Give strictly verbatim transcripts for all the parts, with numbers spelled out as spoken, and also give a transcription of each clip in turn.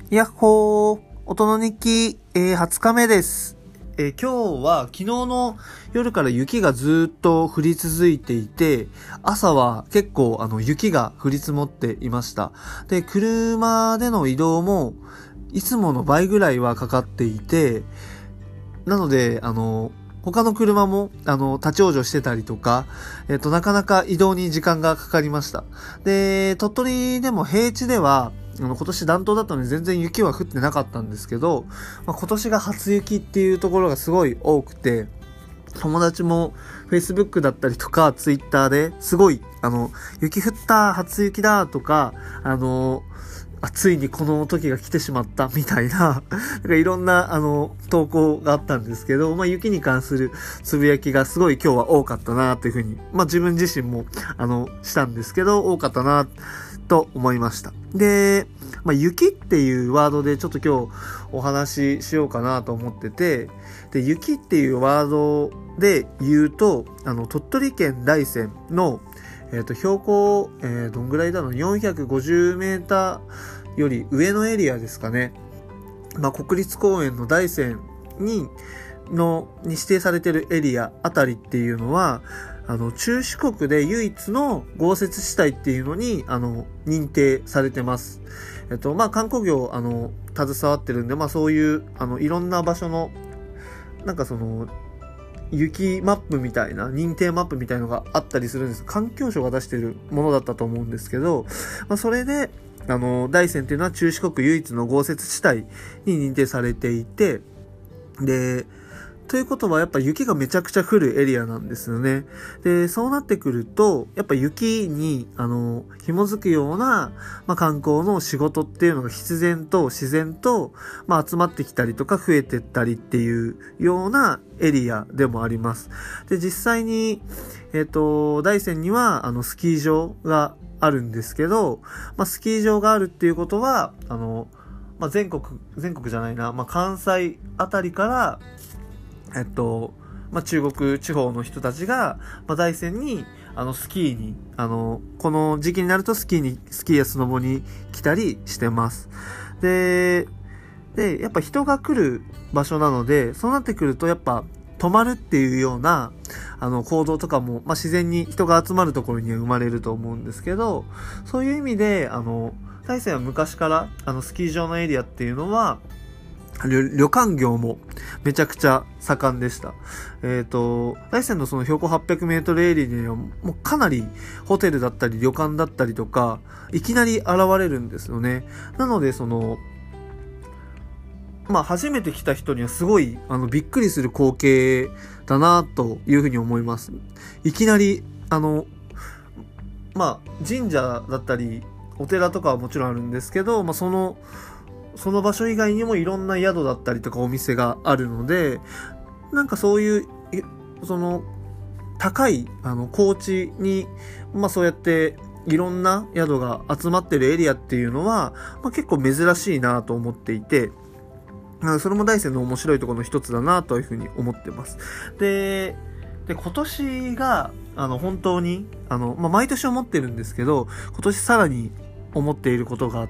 やっほー、音の日記、えー、はつかめです。えー、今日は昨日の夜から雪がずーっと降り続いていて、朝は結構あの雪が降り積もっていました。で、車での移動もいつもの倍ぐらいはかかっていて、なので、あの、他の車も、あの、立ち往生してたりとか、えっと、なかなか移動に時間がかかりました。で、鳥取でも平地では、あの、今年暖冬だったので全然雪は降ってなかったんですけど、まあ、今年が初雪っていうところがすごい多くて、友達も Facebook だったりとか Twitter ですごい、あの、雪降った初雪だとか、あの、あ、ついにこの時が来てしまったみたいな、なんかいろんなあの投稿があったんですけど、まあ雪に関するつぶやきがすごい今日は多かったなというふうに、まあ自分自身もあのしたんですけど、多かったなと思いました。で、まあ雪っていうワードでちょっと今日お話ししようかなと思ってて、で、雪っていうワードで言うと、あの鳥取県大山のえっと、標高、えー、どんぐらいだろう ?よんひゃくごじゅうメーターより上のエリアですかね。まあ、国立公園の大山に、の、に指定されているエリアあたりっていうのは、あの、中四国で唯一の豪雪地帯っていうのに、あの、認定されてます。えっと、まあ、観光業、あの、携わってるんで、まあ、そういう、あの、いろんな場所の、なんかその、雪マップみたいな、認定マップみたいのがあったりするんです。環境省が出しているものだったと思うんですけど、まあ、それで、あの、大山っていうのは中四国唯一の豪雪地帯に認定されていて、で、ということはやっぱ雪がめちゃくちゃ降るエリアなんですよね。で、そうなってくると、やっぱ雪に、あの、紐づくような、まあ、観光の仕事っていうのが必然と自然と、まあ、集まってきたりとか増えてったりっていうようなエリアでもあります。で、実際に、えっと、大山には、あの、スキー場があるんですけど、まあ、スキー場があるっていうことは、あの、まあ、全国、全国じゃないな、まあ、関西あたりから、えっと、まあ、中国地方の人たちが、まあ、大山に、あの、スキーに、あの、この時期になるとスキーに、スキーやスノボに来たりしてます。で、で、やっぱ人が来る場所なので、そうなってくると、やっぱ、泊まるっていうような、あの、行動とかも、まあ、自然に人が集まるところには生まれると思うんですけど、そういう意味で、あの、大山は昔から、あの、スキー場のエリアっていうのは、旅, 旅館業もめちゃくちゃ盛んでした。えっと、大山のその標高はっぴゃくメートルエリアにはもうかなりホテルだったり旅館だったりとか、いきなり現れるんですよね。なのでその、まあ初めて来た人にはすごいあのびっくりする光景だなというふうに思います。いきなり、あの、まあ神社だったりお寺とかはもちろんあるんですけど、まあその、その場所以外にもいろんな宿だったりとかお店があるので、なんかそういう、その、高い、あの、高地に、まあそうやっていろんな宿が集まってるエリアっていうのは、まあ結構珍しいなと思っていて、それも大山の面白いところの一つだなというふうに思ってます。で、で、今年が、あの、本当に、あの、まあ毎年思ってるんですけど、今年さらに、思っていることがあって、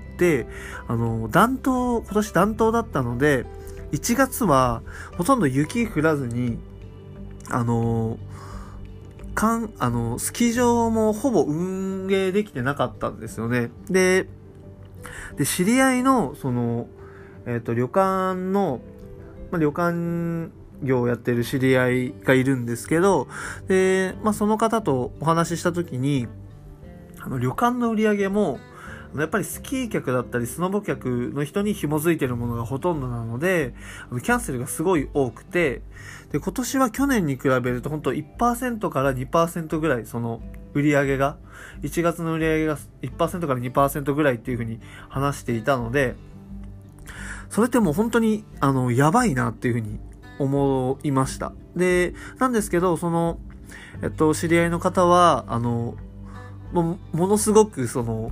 あの、暖冬、今年暖冬だったので、いちがつはほとんど雪降らずに、あの、かん、あの、スキー場もほぼ運営できてなかったんですよね。で、で、知り合いの、その、えっと、旅館の、まあ、旅館業をやってる知り合いがいるんですけど、で、まあ、その方とお話ししたときに、あの、旅館の売り上げも、やっぱりスキー客だったりスノボ客の人に紐づいているものがほとんどなので、キャンセルがすごい多くて、で、今年は去年に比べると本当 いちパーセント から にパーセント ぐらいその売り上げが、いちがつの売り上げが いちパーセント から にパーセント ぐらいっていう風に話していたので、それってもう本当にあの、やばいなっていう風に思いました。で、なんですけど、その、えっと、知り合いの方は、あの、も、ものすごくその、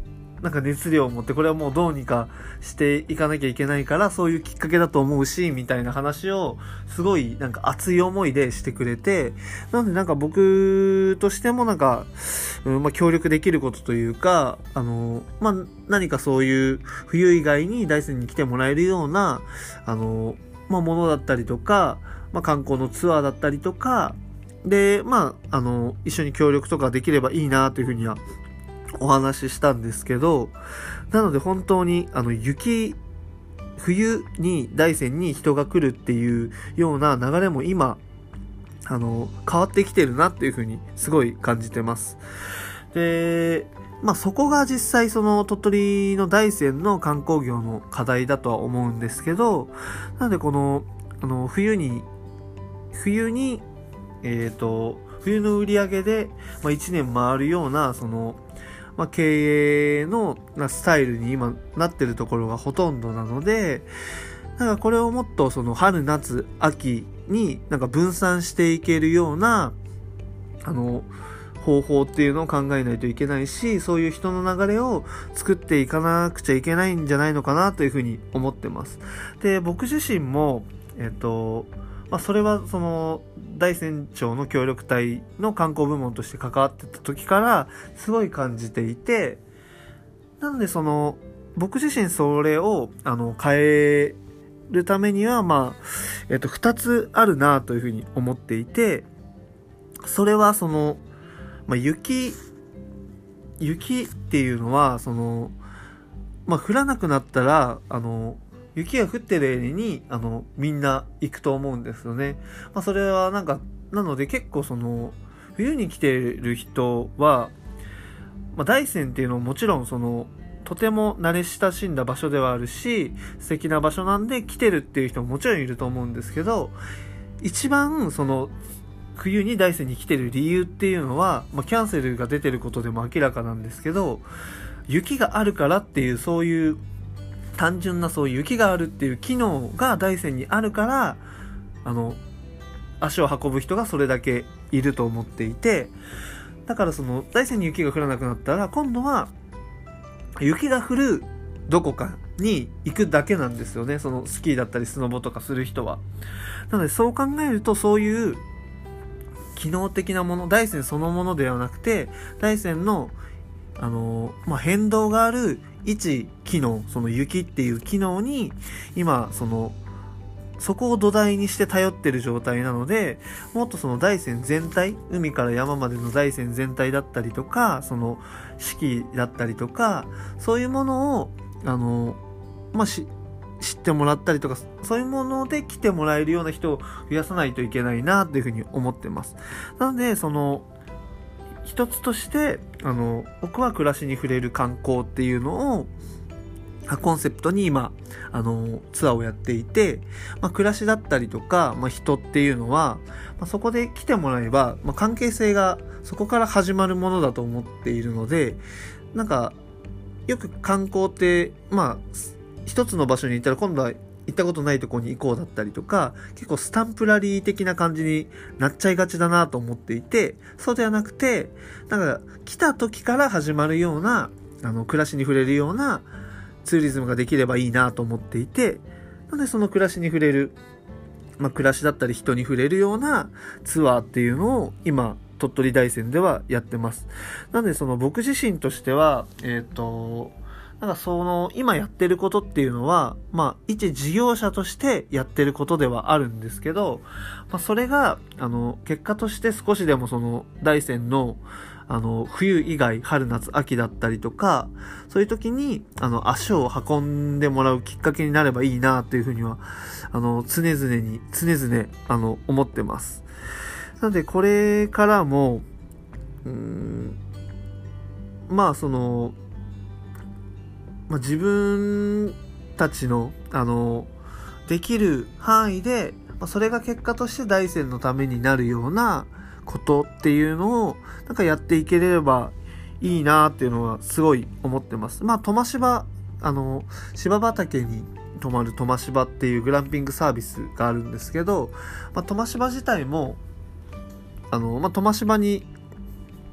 なんか熱量を持って、これはもうどうにかしていかなきゃいけないから、そういうきっかけだと思うし、みたいな話を、すごいなんか熱い思いでしてくれて、なのでなんか僕としてもなんか、うん、まあ協力できることというか、あの、まあ何かそういう冬以外に大山に来てもらえるような、あの、まあものだったりとか、まあ観光のツアーだったりとか、で、まあ、あの、一緒に協力とかできればいいなというふうにはお話ししたんですけど、なので本当に、あの、雪、冬に大山に人が来るっていうような流れも今、あの、変わってきてるなっていうふうにすごい感じてます。で、まあそこが実際その鳥取の大山の観光業の課題だとは思うんですけど、なのでこの、あの、冬に、冬に、えっと、冬の売り上げで、まあ、いちねん回るような、その、まあ、経営のなスタイルに今なってるところがほとんどなので、なんかこれをもっとその春、夏、秋になんか分散していけるような、あの、方法っていうのを考えないといけないし、そういう人の流れを作っていかなくちゃいけないんじゃないのかなというふうに思ってます。で、僕自身も、えっと、まあ、それはその大山町の協力隊の観光部門として関わってた時からすごい感じていて、なのでその僕自身それをあの変えるためにはまあえっと二つあるなというふうに思っていて、それはそのまあ雪雪っていうのはそのまあ降らなくなったらあの雪が降ってるエリに、あの、みんな行くと思うんですよね。まあ、それはなんか、なので結構その、冬に来てる人は、まあ、大山っていうのはもちろんその、とても慣れ親しんだ場所ではあるし、素敵な場所なんで来てるっていう人ももちろんいると思うんですけど、一番その、冬に大山に来てる理由っていうのは、まあ、キャンセルが出てることでも明らかなんですけど、雪があるからっていうそういう単純なそういう雪があるっていう機能が大山にあるから、あの、足を運ぶ人がそれだけいると思っていて、だからその大山に雪が降らなくなったら、今度は雪が降るどこかに行くだけなんですよね。そのスキーだったりスノボとかする人は。なのでそう考えると、そういう機能的なもの、大山そのものではなくて、大山のあの、まあ、変動がある一機能、その雪っていう機能に、今、その、そこを土台にして頼ってる状態なので、もっとその大山全体、海から山までの大山全体だったりとか、その四季だったりとか、そういうものを、あの、まあ、し、知ってもらったりとか、そういうもので来てもらえるような人を増やさないといけないな、というふうに思ってます。なので、その、一つとして、あの、僕は暮らしに触れる観光っていうのを、コンセプトに今、あの、ツアーをやっていて、まあ、暮らしだったりとか、まあ、人っていうのは、まあ、そこで来てもらえば、まあ、関係性がそこから始まるものだと思っているので、なんか、よく観光って、まあ、一つの場所に行ったら今度は行ったことないところに行こうだったりとか、結構スタンプラリー的な感じになっちゃいがちだなと思っていて、そうではなくて、なんか来た時から始まるような、あの、暮らしに触れるようなツーリズムができればいいなと思っていて、なのでその暮らしに触れる、まあ、暮らしだったり人に触れるようなツアーっていうのを今、鳥取大山ではやってます。なのでその僕自身としては、えっと、なんかその今やってることっていうのは、まあ一事業者としてやってることではあるんですけど、まあそれが、あの、結果として少しでもその大山の、あの、冬以外、春夏秋だったりとか、そういう時に、あの、足を運んでもらうきっかけになればいいなっていうふうには、あの、常々に、常々、あの、思ってます。なのでこれからも、うーん、まあその、まあ、自分たちの、あの、できる範囲で、まあ、それが結果として大山のためになるようなことっていうのを、なんかやっていければいいなっていうのはすごい思ってます。まあ、トマ芝、あの、芝畑に泊まるトマ芝っていうグランピングサービスがあるんですけど、まあ、トマ芝自体も、あの、まあ、トマ芝に来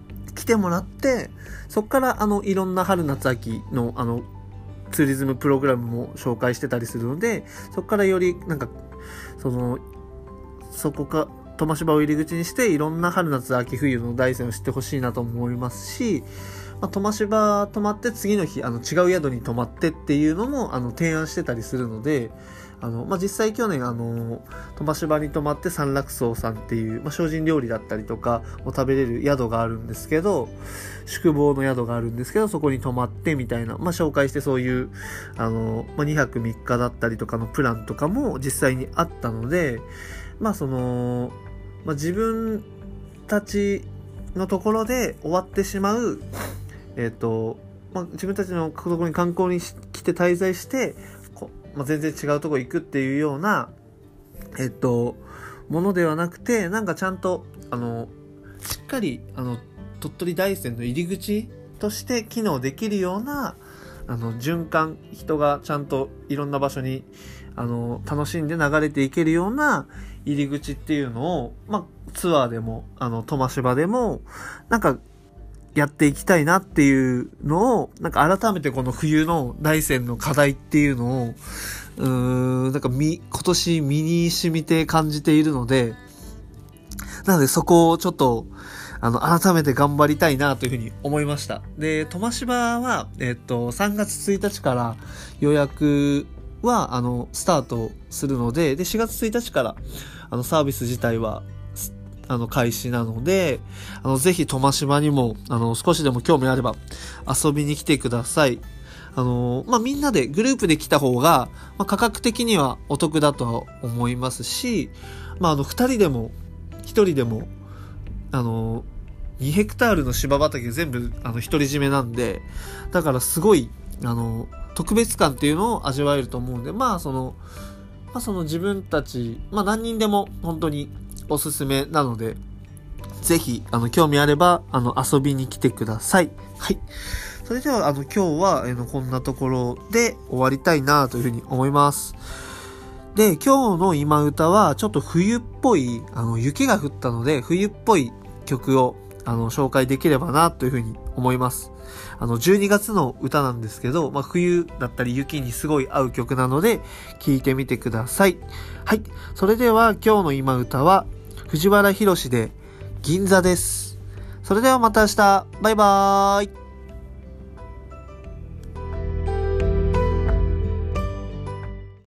来てもらって、そこからあのいろんな春夏秋のあのツーリズムプログラムも紹介してたりするので、そこからよりなんかそのそこかトマシバを入り口にしていろんな春夏秋冬の大山を知ってほしいなと思いますし、まあ、トマシバ泊まって次の日あの違う宿に泊まってっていうのもあの提案してたりするので、あの、まあ、実際去年あのトマシバに泊まって三楽荘さんっていう、まあ、精進料理だったりとかを食べれる宿があるんですけど、宿坊の宿があるんですけど、そこに泊まってみたいな、まあ、紹介してそういうあの、まあ、にはくみっかだったりとかのプランとかも実際にあったので、まあその、まあ、自分たちのところで終わってしまうえっと、まあ、自分たちのところに観光に来て滞在してこ、まあ、全然違うところ行くっていうようなえっとものではなくて、なんかちゃんとあのしっかりあの鳥取大山の入り口として機能できるようなあの循環、人がちゃんといろんな場所にあの楽しんで流れていけるような入り口っていうのを、まあ、ツアーでもあのトマシバでもなんかやっていきたいなっていうのを、なんか改めてこの冬の大山の課題っていうのを、うーん、なんかみ、今年身に染みて感じているので、なのでそこをちょっと、あの、改めて頑張りたいなというふうに思いました。で、トマシバは、えっと、さんがつついたちから予約は、あの、スタートするので、で、しがつついたちから、あの、サービス自体は、あの開始なので、あのぜひトマシバにもあの少しでも興味あれば遊びに来てください。あのまあみんなでグループで来た方が、まあ、価格的にはお得だとは思いますし、まああのふたりでもひとりでもあのにヘクタールの芝畑全部あの独り占めなんで、だからすごいあの特別感っていうのを味わえると思うんで、まあそのまあその自分たちまあ何人でも本当におすすめなので、ぜひ、あの、興味あれば、あの、遊びに来てください。はい。それでは、あの、今日は、あの、こんなところで終わりたいなというふうに思います。で、今日の今歌は、ちょっと冬っぽい、あの、雪が降ったので、冬っぽい曲を、あの、紹介できればなというふうに思います。あの、じゅうにがつの歌なんですけど、まあ、冬だったり雪にすごい合う曲なので、聴いてみてください。はい。それでは、今日の今歌は、藤原宏で銀座です。それではまた明日。バイバーイ。